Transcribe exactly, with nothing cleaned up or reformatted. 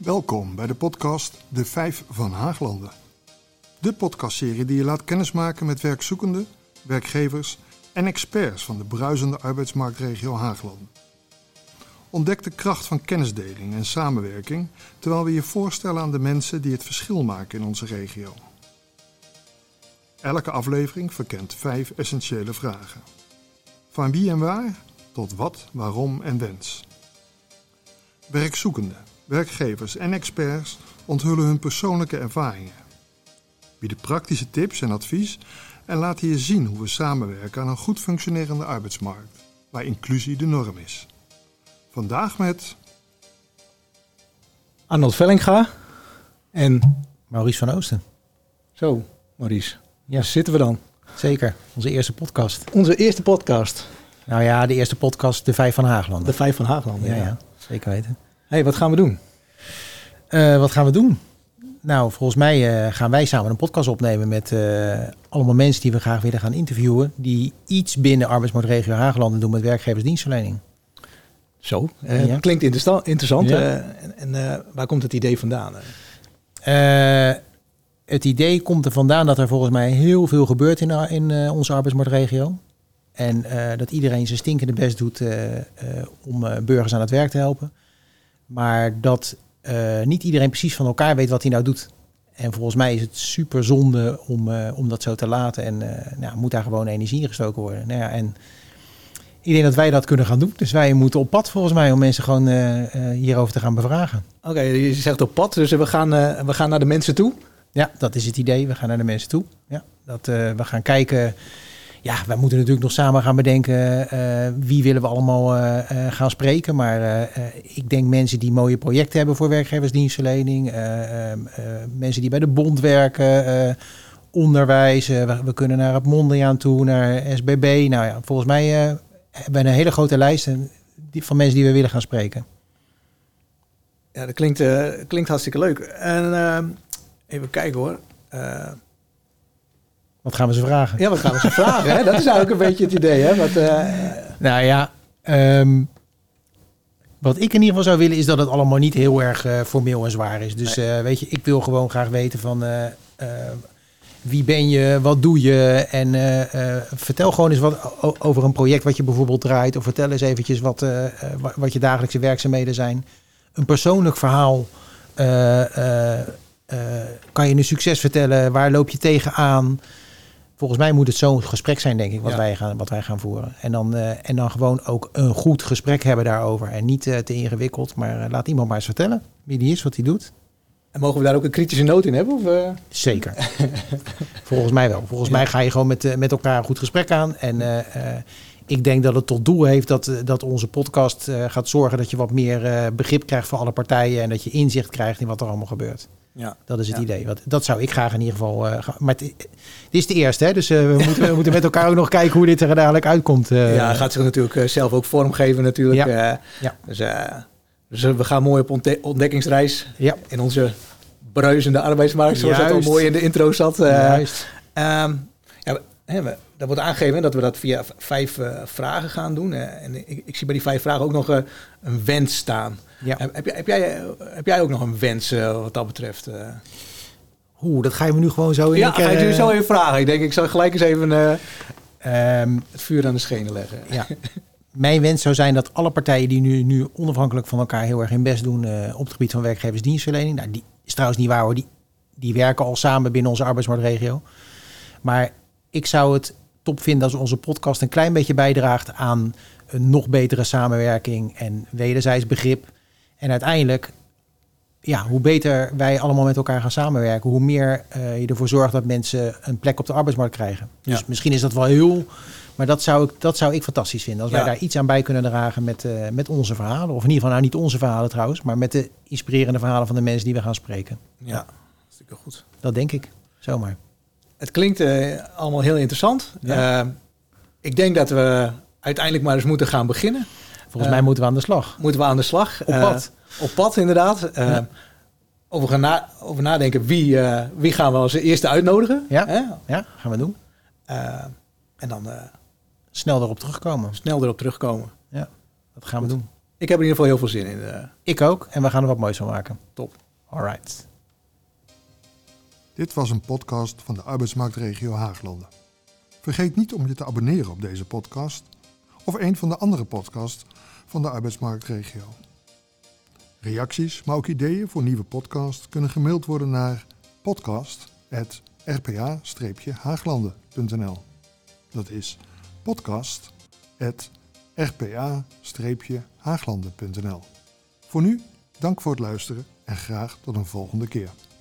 Welkom bij de podcast De Vijf van Haaglanden. De podcastserie die je laat kennismaken met werkzoekenden, werkgevers en experts van de bruisende arbeidsmarktregio Haaglanden. Ontdek de kracht van kennisdeling en samenwerking, terwijl we je voorstellen aan de mensen die het verschil maken in onze regio. Elke aflevering verkent vijf essentiële vragen. Van wie en waar tot wat, waarom en wens. Werkzoekenden, werkgevers en experts onthullen hun persoonlijke ervaringen, bieden praktische tips en advies en laten je zien hoe we samenwerken aan een goed functionerende arbeidsmarkt, waar inclusie de norm is. Vandaag met Arnold Vellinga en Maurice van Oosten. Zo, Maurice. Ja. Daar zitten we dan. Zeker, onze eerste podcast. Onze eerste podcast. Nou ja, de eerste podcast, De Vijf van Haaglanden. De Vijf van Haaglanden. Ja, Ja, ja, zeker weten. Hey, wat gaan we doen? Uh, wat gaan we doen? Nou, volgens mij uh, gaan wij samen een podcast opnemen met uh, allemaal mensen die we graag willen gaan interviewen, die iets binnen arbeidsmarktregio Haaglanden doen met werkgeversdienstverlening. Zo, uh, ja. Klinkt interessant. Ja. Uh, en en uh, waar komt het idee vandaan? Uh, het idee komt er vandaan dat er volgens mij heel veel gebeurt in, in uh, onze arbeidsmarktregio. En uh, dat iedereen zijn stinkende best doet uh, uh, om uh, burgers aan het werk te helpen. Maar dat uh, niet iedereen precies van elkaar weet wat hij nou doet. En volgens mij is het super zonde om, uh, om dat zo te laten. En uh, nou, moet daar gewoon energie in gestoken worden. Nou ja, en ik denk dat wij dat kunnen gaan doen. Dus wij moeten op pad volgens mij om mensen gewoon uh, uh, hierover te gaan bevragen. Oké, okay, je zegt op pad. Dus we gaan, uh, we gaan naar de mensen toe. Ja, dat is het idee. We gaan naar de mensen toe. Ja, dat, uh, we gaan kijken. Ja, wij moeten natuurlijk nog samen gaan bedenken uh, wie willen we allemaal uh, uh, gaan spreken. Maar uh, uh, ik denk mensen die mooie projecten hebben voor werkgeversdienstverlening. Uh, uh, uh, mensen die bij de bond werken. Uh, onderwijs. Uh, we, we kunnen naar het Mondriaan toe, naar S B B. Nou ja, volgens mij uh, hebben we een hele grote lijst van mensen die we willen gaan spreken. Ja, dat klinkt, uh, klinkt hartstikke leuk. En uh, even kijken hoor. Uh, Wat gaan we ze vragen? Ja, wat gaan we ze vragen? Hè? Dat is eigenlijk een beetje het idee. Hè? Wat, uh... Nou ja, um, wat ik in ieder geval zou willen is dat het allemaal niet heel erg uh, formeel en zwaar is. Dus nee. uh, weet je, ik wil gewoon graag weten van uh, uh, wie ben je, wat doe je? En uh, uh, vertel gewoon eens wat o- over een project wat je bijvoorbeeld draait. Of vertel eens eventjes wat, uh, uh, wat je dagelijkse werkzaamheden zijn. Een persoonlijk verhaal. Uh, uh, uh, kan je een succes vertellen? Waar loop je tegenaan? Volgens mij moet het zo'n gesprek zijn, denk ik, wat, ja. wij, gaan, wat wij gaan voeren. En dan, uh, en dan gewoon ook een goed gesprek hebben daarover. En niet uh, te ingewikkeld, maar uh, laat iemand maar eens vertellen wie die is, wat hij doet. En mogen we daar ook een kritische noot in hebben? Of, uh? Zeker. Volgens mij wel. Volgens ja. mij ga je gewoon met, uh, met elkaar een goed gesprek aan. En uh, uh, ik denk dat het tot doel heeft dat, uh, dat onze podcast uh, gaat zorgen dat je wat meer uh, begrip krijgt voor alle partijen. En dat je inzicht krijgt in wat er allemaal gebeurt. Ja. Dat is het ja. idee. Wat, dat zou ik graag in ieder geval... Uh, maar het, het is de eerste, hè? Dus uh, we, moeten, we moeten met elkaar ook nog kijken hoe dit er dadelijk uitkomt. Uh. Ja, gaat zich natuurlijk uh, zelf ook vormgeven natuurlijk. Ja. Uh, ja. Dus, uh, dus uh, we gaan mooi op ontde- ontdekkingsreis ja. in onze bruisende arbeidsmarkt, zoals Juist. het al mooi in de intro zat. Uh, Juist. Um, ja, hè, we, dat wordt aangegeven dat we dat via v- vijf uh, vragen gaan doen. Uh, en ik, ik zie bij die vijf vragen ook nog uh, een wens staan. Ja. Heb, heb, jij, heb, jij, heb jij ook nog een wens uh, wat dat betreft? Uh? Oeh, dat ga je me nu gewoon zo in. Ja, ga ik je zo even vragen. Ik denk, ik zal gelijk eens even uh, um, het vuur aan de schenen leggen. Ja. Mijn wens zou zijn dat alle partijen die nu, nu onafhankelijk van elkaar heel erg hun best doen uh, op het gebied van werkgeversdienstverlening. Nou, die is trouwens niet waar hoor. Die, die werken al samen binnen onze arbeidsmarktregio. Maar ik zou het top vinden als onze podcast een klein beetje bijdraagt aan een nog betere samenwerking en wederzijds begrip. En uiteindelijk, ja, hoe beter wij allemaal met elkaar gaan samenwerken, hoe meer uh, je ervoor zorgt dat mensen een plek op de arbeidsmarkt krijgen. Ja. Dus misschien is dat wel heel, maar dat zou ik, dat zou ik fantastisch vinden. Als ja. wij daar iets aan bij kunnen dragen met, uh, met onze verhalen. Of in ieder geval, nou niet onze verhalen trouwens, maar met de inspirerende verhalen van de mensen die we gaan spreken. Ja, hartstikke goed. Dat denk ik, zomaar. Het klinkt uh, allemaal heel interessant. Ja. Uh, ik denk dat we uiteindelijk maar eens moeten gaan beginnen. Volgens uh, mij moeten we aan de slag. Moeten we aan de slag. Op pad. Uh, op pad, inderdaad. Uh, ja. over, gaan na, over nadenken wie, uh, wie gaan we als eerste uitnodigen. Ja, hè? Ja, gaan we doen. Uh, en dan... Uh, snel erop terugkomen. Snel erop terugkomen. Ja, dat gaan Goed. we doen. Ik heb er in ieder geval heel veel zin in. Uh. Ik ook. En we gaan er wat moois van maken. Top. Alright. Dit was een podcast van de arbeidsmarktregio Haaglanden. Vergeet niet om je te abonneren op deze podcast of een van de andere podcasts van de arbeidsmarktregio. Reacties, maar ook ideeën voor nieuwe podcasts kunnen gemaild worden naar podcast apenstaartje r p a dash haaglanden punt n l. Dat is podcast apenstaartje r p a dash haaglanden punt n l. Voor nu, dank voor het luisteren en graag tot een volgende keer.